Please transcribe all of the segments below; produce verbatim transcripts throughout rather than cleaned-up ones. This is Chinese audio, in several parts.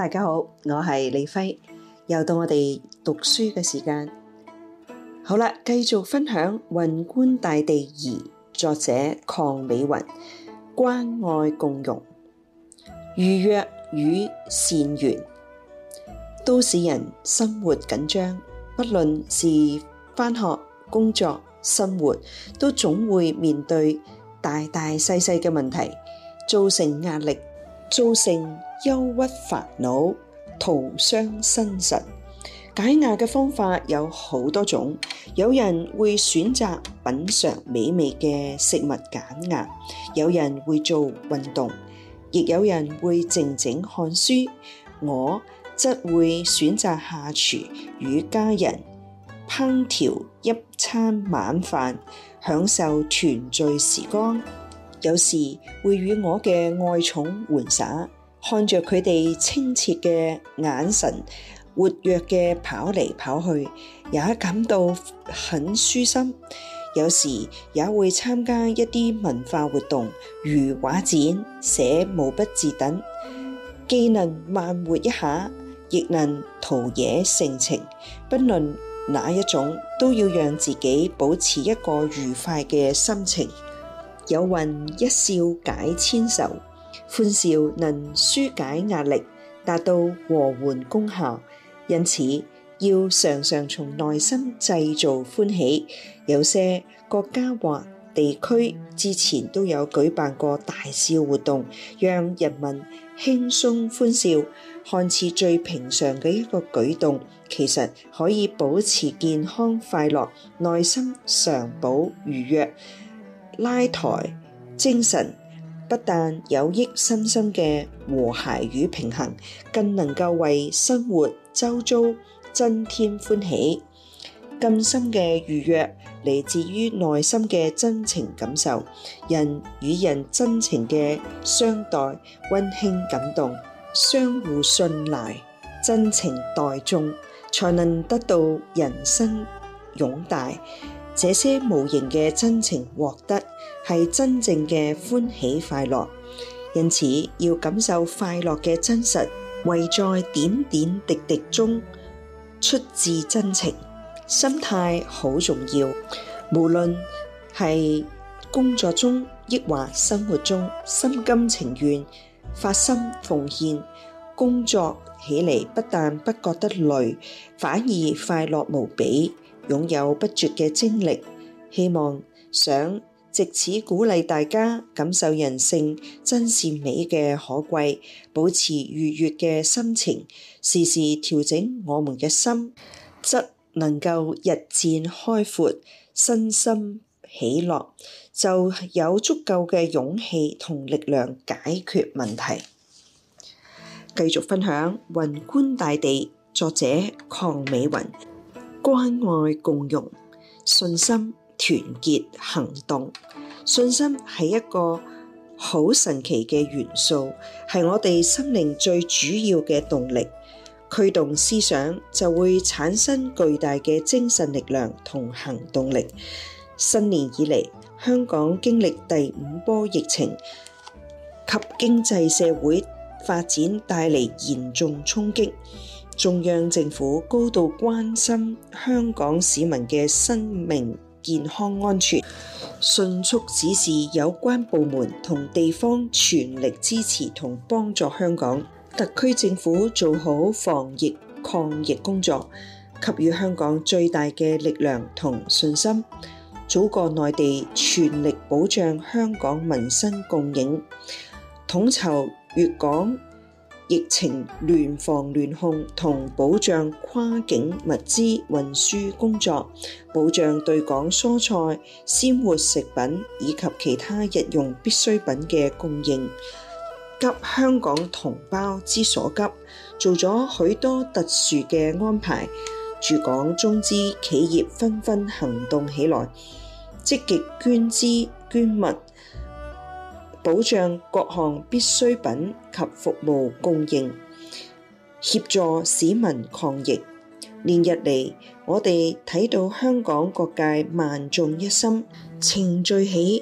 大家好，我係李輝，又到我哋讀書嘅時間。好啦，繼續分享《雲觀大地二》，作者鄺美雲。關愛共融，預約與善緣。都市人生活緊張，不論是返學、工作、生活，都總會面對大大細細嘅問題，造成壓力，造成憂鬱煩惱，徒傷身神。解壓嘅方法有好多種，有人會選擇品嘗美味嘅食物減壓，有人會做運動，亦有人會靜靜看書。我則會選擇下廚與家人烹調一餐晚飯，享受團聚時光。有時會與我嘅愛寵玩耍，看着佢哋清澈嘅眼神，活躍嘅跑嚟跑去，也感到很舒心。有時也會參加一啲文化活動，如畫展、寫毛筆字等，既能慢活一下，亦能陶冶性情。不論哪一種，都要讓自己保持一個愉快嘅心情。有云一笑解千愁，歡笑能紓解壓力，達到和緩功效。因此要常常從內心製造歡喜。有些國家或地區之前都有舉辦過大笑活動，讓人民輕鬆歡笑。看似最平常嘅一個舉動，其實可以保持健康快樂，內心常保愉悅，拉抬精神，不但有益身心嘅和諧與平衡，更能夠為生活周遭增添歡喜。更深嘅愉悅嚟自於內心嘅真情感受，人與人真情嘅相待，溫馨感動，相互信賴，真情待眾，才能得到人生擁戴。這些無形嘅真情獲得，係真正嘅歡喜快樂。因此要感受快樂嘅真實，唯在點點滴滴中出自真情。心態好重要，無論係工作中抑或生活中，心甘情願，發心奉獻，工作起嚟不但不覺得累，反而快樂無比，擁有不絕嘅精力。希望想藉此鼓勵大家感受人性真善美嘅可貴，保持愉悅嘅心情，時時調整我們嘅心，則能夠日漸開闊，身心喜樂，就有足夠嘅勇氣同力量解決問題。繼續分享《雲觀大地》，作者鄺美雲。關愛共融，信心團結行動。信心係一個好神奇嘅元素，係我哋心靈最主要嘅動力。驅動思想就會產生巨大嘅精神力量同行動力。新年以嚟，香港經歷第五波疫情及經濟社會發展帶嚟嚴重衝擊，中央政府高度關心香港市民嘅生命健康安全，迅速指示有關部門同地方全力支持同幫助香港特區政府做好防疫抗疫工作，給予香港最大嘅力量同信心。祖國內地全力保障香港民生共贏，統籌粵港疫情聯防聯控同保障跨境物資運輸工作，保障對港蔬菜、鮮活食品以及其他日用必需品嘅供應，急香港同胞之所急，做咗許多特殊嘅安排。駐港中資企業紛紛行動起來，積極捐資捐物，保障各項必需品及服務供應，協助市民抗疫。連日嚟，我哋睇到香港各界萬眾一心，凝聚起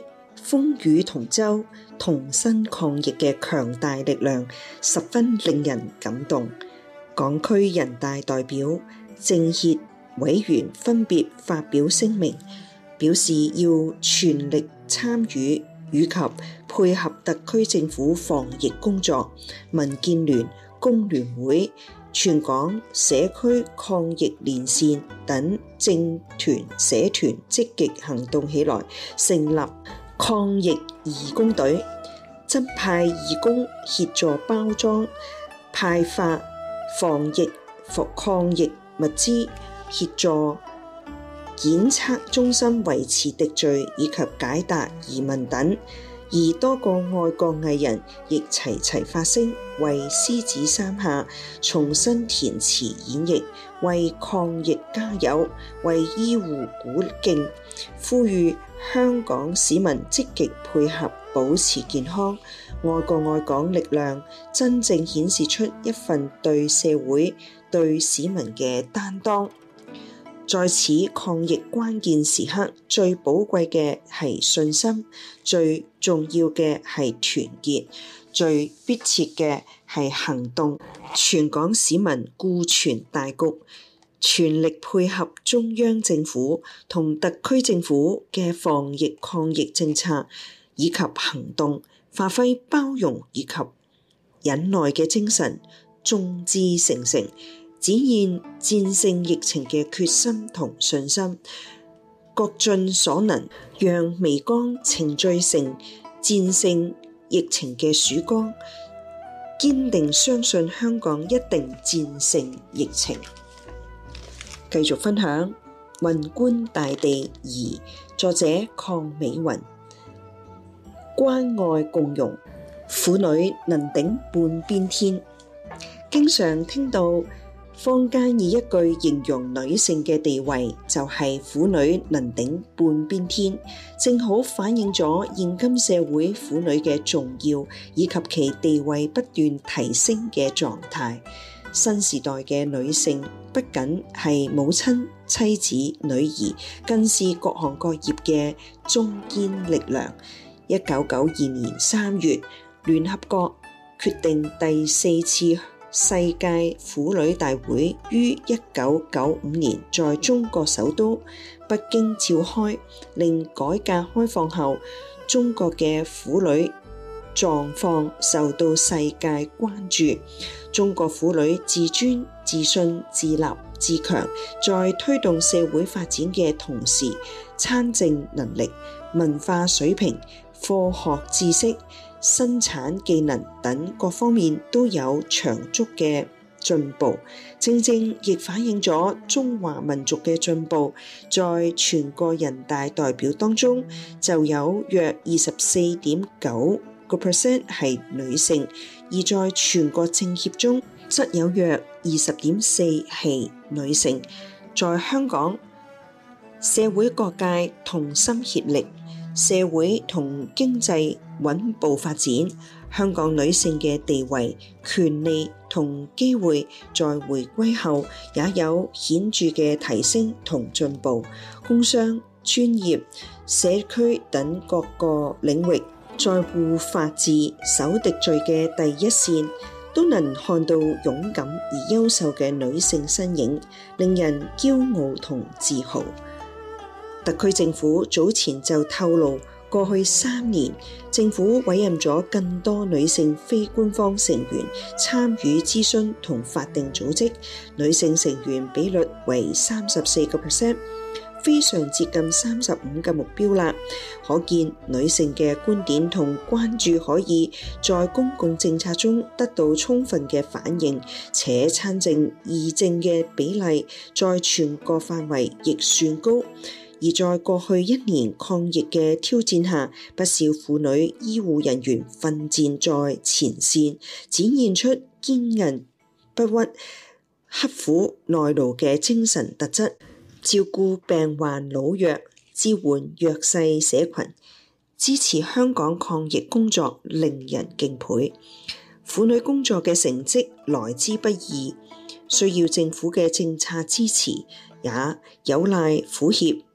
風雨同舟、同心抗疫嘅強大力量，十分令人感動。港區人大代表、政協委員分別發表聲明，表示要全力參與以及配合特區政府防疫工作。民建聯、工聯會、全港社區抗疫連線等政團社團積極行動起來，成立抗疫義工隊，增派義工協助包裝、派發防疫服抗疫物資，協助檢測中心維持秩序以及解答疑問等。而多個愛國藝人亦齊齊發聲，為獅子山下重新填詞演繹，為抗疫加油，為醫護鼓勁，呼籲香港市民積極配合，保持健康。愛國愛港力量真正顯示出一份對社會、對市民嘅擔當。在此抗疫關鍵時刻，最寶貴嘅係信心，最重要嘅係團結，最迫切嘅係行動。全港市民顧全大局，全力配合中央政府同特區政府嘅防疫抗疫政策以及行動，發揮包容以及忍耐嘅精神，眾志成城，展現戰勝疫情嘅決心同信心，各盡所能，讓微光呈聚成戰勝疫情嘅曙光，堅定相信香港一定戰勝疫情。繼續分享《雲觀大地二》，作者鄺美雲。關愛共融，婦女能頂半邊天。經常聽到坊間以一句形容女性嘅地位，就係婦女能頂半邊天，正好反映咗現今社會婦女嘅重要以及其地位不斷提升嘅狀態。新時代嘅女性不僅係母親、妻子、女兒，更是各行各業嘅中堅力量。一九九二年三月，聯合國決定第四次世界婦女大會於一九九五年在中國首都北京召開，令改革開放後中國嘅婦女狀況受到世界關注。中國婦女自尊、自信、自立、自強，在推動社會發展嘅同時，參政能力、文化水平、科學知識、生產技能等各方面都有長足嘅進步，正正亦反映咗中華民族嘅進步。在全國人大代表當中，就有約二十四點九個 percent 係女性，而在全國政協中，則有約二十點四係女性。在香港，社會各界同心協力，社會同經濟穩步發展，香港女性嘅地位、權利同機會在回歸後也有顯著嘅提升同進步。工商、專業、社區等各個領域，在護法治、守秩序嘅第一線，都能看到勇敢而優秀嘅女性身影，令人驕傲同自豪。特區政府早前就透露，過去三年，政府委任咗更多女性非官方成員參與諮詢同法定組織，女性成員比率為三十四個 percent， 非常接近三十五嘅目標啦。可見女性嘅觀點同關注可以在公共政策中得到充分嘅反映，且參政議政嘅比例在全國範圍亦算高。而在過去一年抗疫嘅挑戰下，不少婦女醫護人員奮戰在前線，展現出堅韌不屈、刻苦耐勞嘅精神特質，照顧病患老弱，支援弱勢社群，支持香港抗疫工作，令人敬佩。婦女工作嘅成績來之不易，需要政府嘅政策支持，也有賴婦協、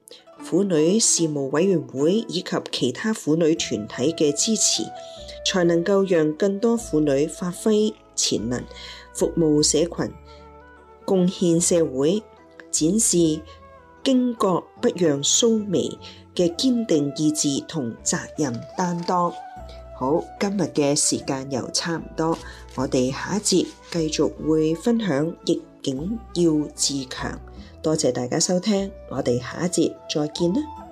婦女事務委員會以及其他婦女團體嘅支持，才能夠讓更多婦女發揮潛能，服務社群，貢獻社會，展示巾幗不讓鬚眉嘅堅定意志同責任擔當。好，今日嘅時間又差唔多，我哋下一節繼續會分享逆境要自強。多謝大家收聽，我哋下一節再見啦。